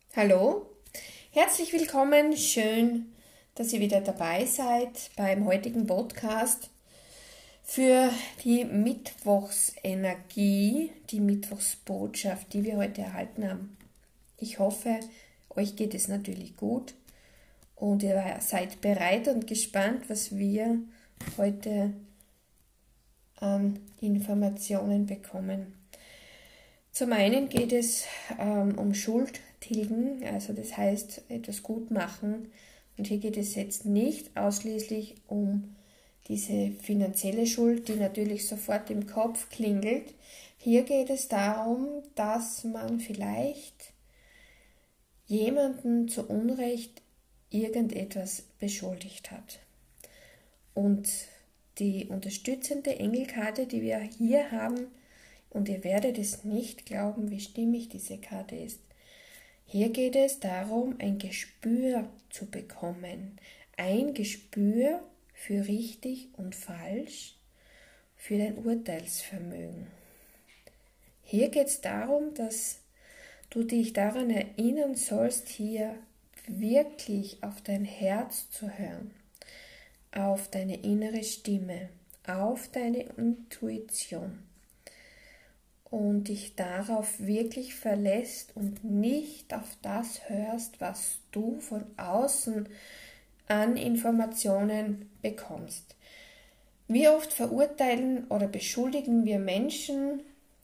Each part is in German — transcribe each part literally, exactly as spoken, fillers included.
Hallo, herzlich willkommen, schön, dass ihr wieder dabei seid beim heutigen Podcast für die Mittwochsenergie, die Mittwochsbotschaft, die wir heute erhalten haben. Ich hoffe, euch geht es natürlich gut und ihr seid bereit und gespannt, was wir heute an Informationen bekommen. Zum einen geht es ähm, um Schuldtilgen, also das heißt etwas gut machen. Und hier geht es jetzt nicht ausschließlich um diese finanzielle Schuld, die natürlich sofort im Kopf klingelt. Hier geht es darum, dass man vielleicht jemanden zu Unrecht irgendetwas beschuldigt hat. Und die unterstützende Engelkarte, die wir hier haben, und ihr werdet es nicht glauben, wie stimmig diese Karte ist. Hier geht es darum, ein Gespür zu bekommen. Ein Gespür für richtig und falsch, für dein Urteilsvermögen. Hier geht es darum, dass du dich daran erinnern sollst, hier wirklich auf dein Herz zu hören, auf deine innere Stimme, auf deine Intuition. Und dich darauf wirklich verlässt und nicht auf das hörst, was du von außen an Informationen bekommst. Wie oft verurteilen oder beschuldigen wir Menschen,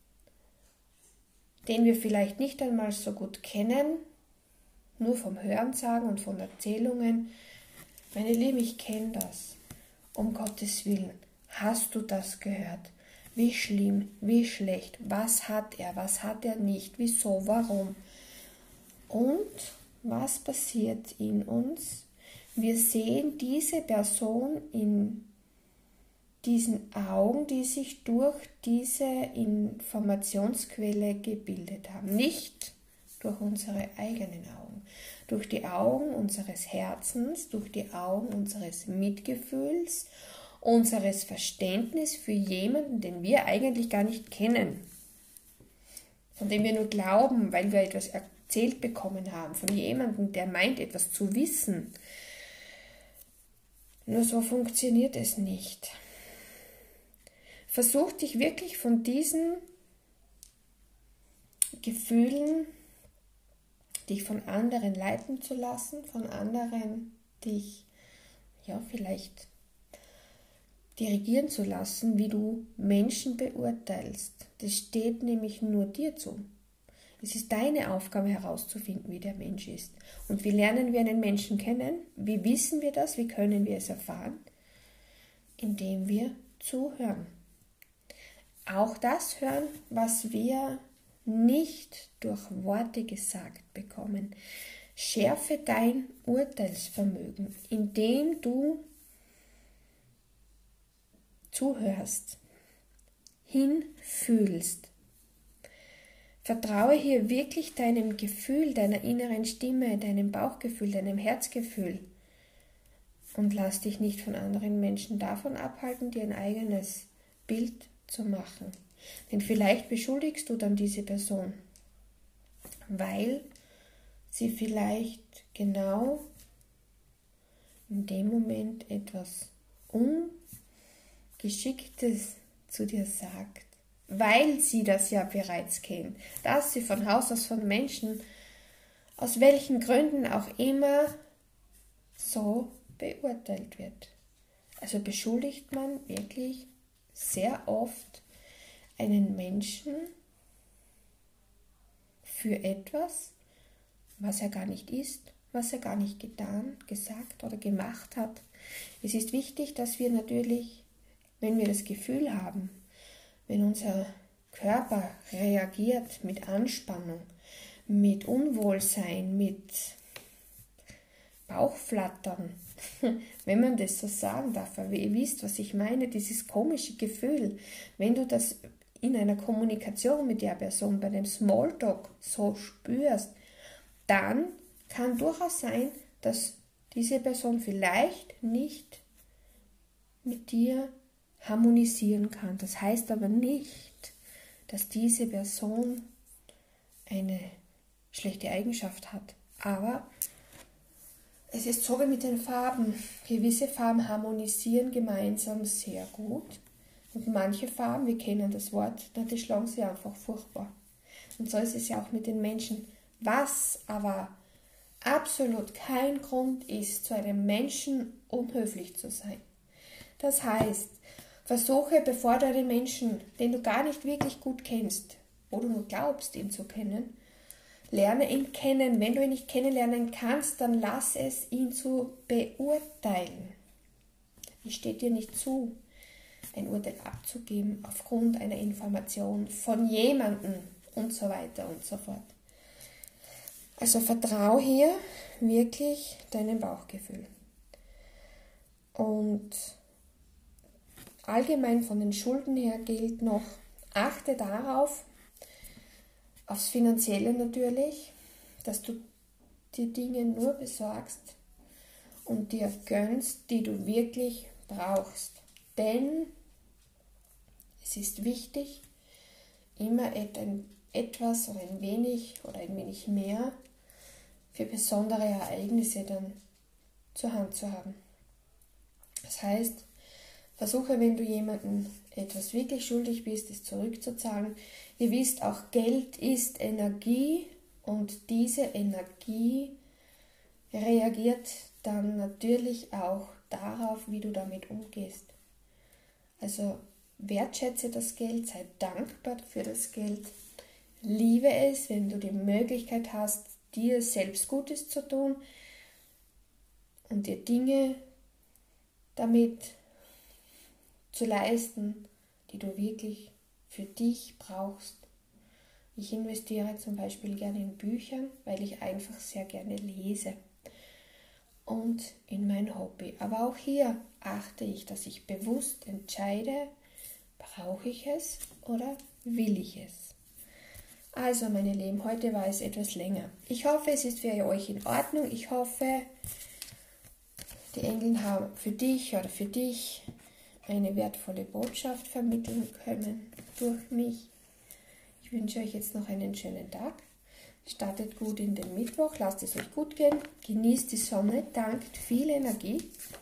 den wir vielleicht nicht einmal so gut kennen, nur vom Hörensagen und von Erzählungen. Meine Liebe, ich kenne das. Um Gottes Willen, hast du das gehört? Wie schlimm, wie schlecht, was hat er, was hat er nicht, wieso, warum. Und was passiert in uns? Wir sehen diese Person in diesen Augen, die sich durch diese Informationsquelle gebildet haben. Nicht durch unsere eigenen Augen, durch die Augen unseres Herzens, durch die Augen unseres Mitgefühls, unseres Verständnis für jemanden, den wir eigentlich gar nicht kennen, von dem wir nur glauben, weil wir etwas erzählt bekommen haben, von jemandem, der meint, etwas zu wissen. Nur so funktioniert es nicht. Versuch dich wirklich von diesen Gefühlen, dich von anderen leiten zu lassen, von anderen dich, ja, vielleicht dirigieren zu lassen, wie du Menschen beurteilst. Das steht nämlich nur dir zu. Es ist deine Aufgabe herauszufinden, wie der Mensch ist. Und wie lernen wir einen Menschen kennen? Wie wissen wir das? Wie können wir es erfahren? Indem wir zuhören. Auch das hören, was wir nicht durch Worte gesagt bekommen. Schärfe dein Urteilsvermögen, indem du zuhörst, hinfühlst. Vertraue hier wirklich deinem Gefühl, deiner inneren Stimme, deinem Bauchgefühl, deinem Herzgefühl und lass dich nicht von anderen Menschen davon abhalten, dir ein eigenes Bild zu machen. Denn vielleicht beschuldigst du dann diese Person, weil sie vielleicht genau in dem Moment etwas Ungeschicktes zu dir sagt, weil sie das ja bereits kennt, dass sie von Haus aus von Menschen, aus welchen Gründen auch immer, so beurteilt wird. Also beschuldigt man wirklich sehr oft einen Menschen für etwas, was er gar nicht ist, was er gar nicht getan, gesagt oder gemacht hat. Es ist wichtig, dass wir natürlich, wenn wir das Gefühl haben, wenn unser Körper reagiert mit Anspannung, mit Unwohlsein, mit Bauchflattern, wenn man das so sagen darf, aber ihr wisst, was ich meine, dieses komische Gefühl, wenn du das in einer Kommunikation mit der Person, bei dem Smalltalk so spürst, dann kann durchaus sein, dass diese Person vielleicht nicht mit dir harmonisieren kann. Das heißt aber nicht, dass diese Person eine schlechte Eigenschaft hat. Aber es ist so wie mit den Farben. Gewisse Farben harmonisieren gemeinsam sehr gut. Und manche Farben, wir kennen das Wort, die schlagen sie einfach furchtbar. Und so ist es ja auch mit den Menschen. Was aber absolut kein Grund ist, zu einem Menschen unhöflich zu sein. Das heißt, versuche, bevor du einen Menschen, den du gar nicht wirklich gut kennst, wo du nur glaubst, ihn zu kennen, lerne ihn kennen. Wenn du ihn nicht kennenlernen kannst, dann lass es, ihn zu beurteilen. Es steht dir nicht zu, ein Urteil abzugeben aufgrund einer Information von jemandem und so weiter und so fort. Also vertrau hier wirklich deinem Bauchgefühl. Und allgemein von den Schulden her gilt noch, achte darauf, aufs Finanzielle natürlich, dass du die Dinge nur besorgst und dir gönnst, die du wirklich brauchst. Denn es ist wichtig, immer etwas oder ein wenig oder ein wenig mehr für besondere Ereignisse dann zur Hand zu haben. Das heißt, versuche, wenn du jemandem etwas wirklich schuldig bist, es zurückzuzahlen. Ihr wisst auch, Geld ist Energie und diese Energie reagiert dann natürlich auch darauf, wie du damit umgehst. Also wertschätze das Geld, sei dankbar für das Geld, liebe es, wenn du die Möglichkeit hast, dir selbst Gutes zu tun und dir Dinge damit zu leisten, die du wirklich für dich brauchst. Ich investiere zum Beispiel gerne in Büchern, weil ich einfach sehr gerne lese und in mein Hobby. Aber auch hier achte ich, dass ich bewusst entscheide, brauche ich es oder will ich es. Also meine Lieben, heute war es etwas länger. Ich hoffe, es ist für euch in Ordnung. Ich hoffe, die Engel haben für dich oder für dich eine wertvolle Botschaft vermitteln können durch mich. Ich wünsche euch jetzt noch einen schönen Tag. Startet gut in den Mittwoch, lasst es euch gut gehen, genießt die Sonne, dankt viel Energie.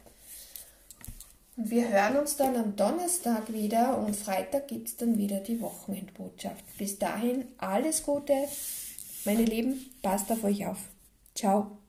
Und wir hören uns dann am Donnerstag wieder und Freitag gibt es dann wieder die Wochenendbotschaft. Bis dahin alles Gute, meine Lieben, passt auf euch auf. Ciao.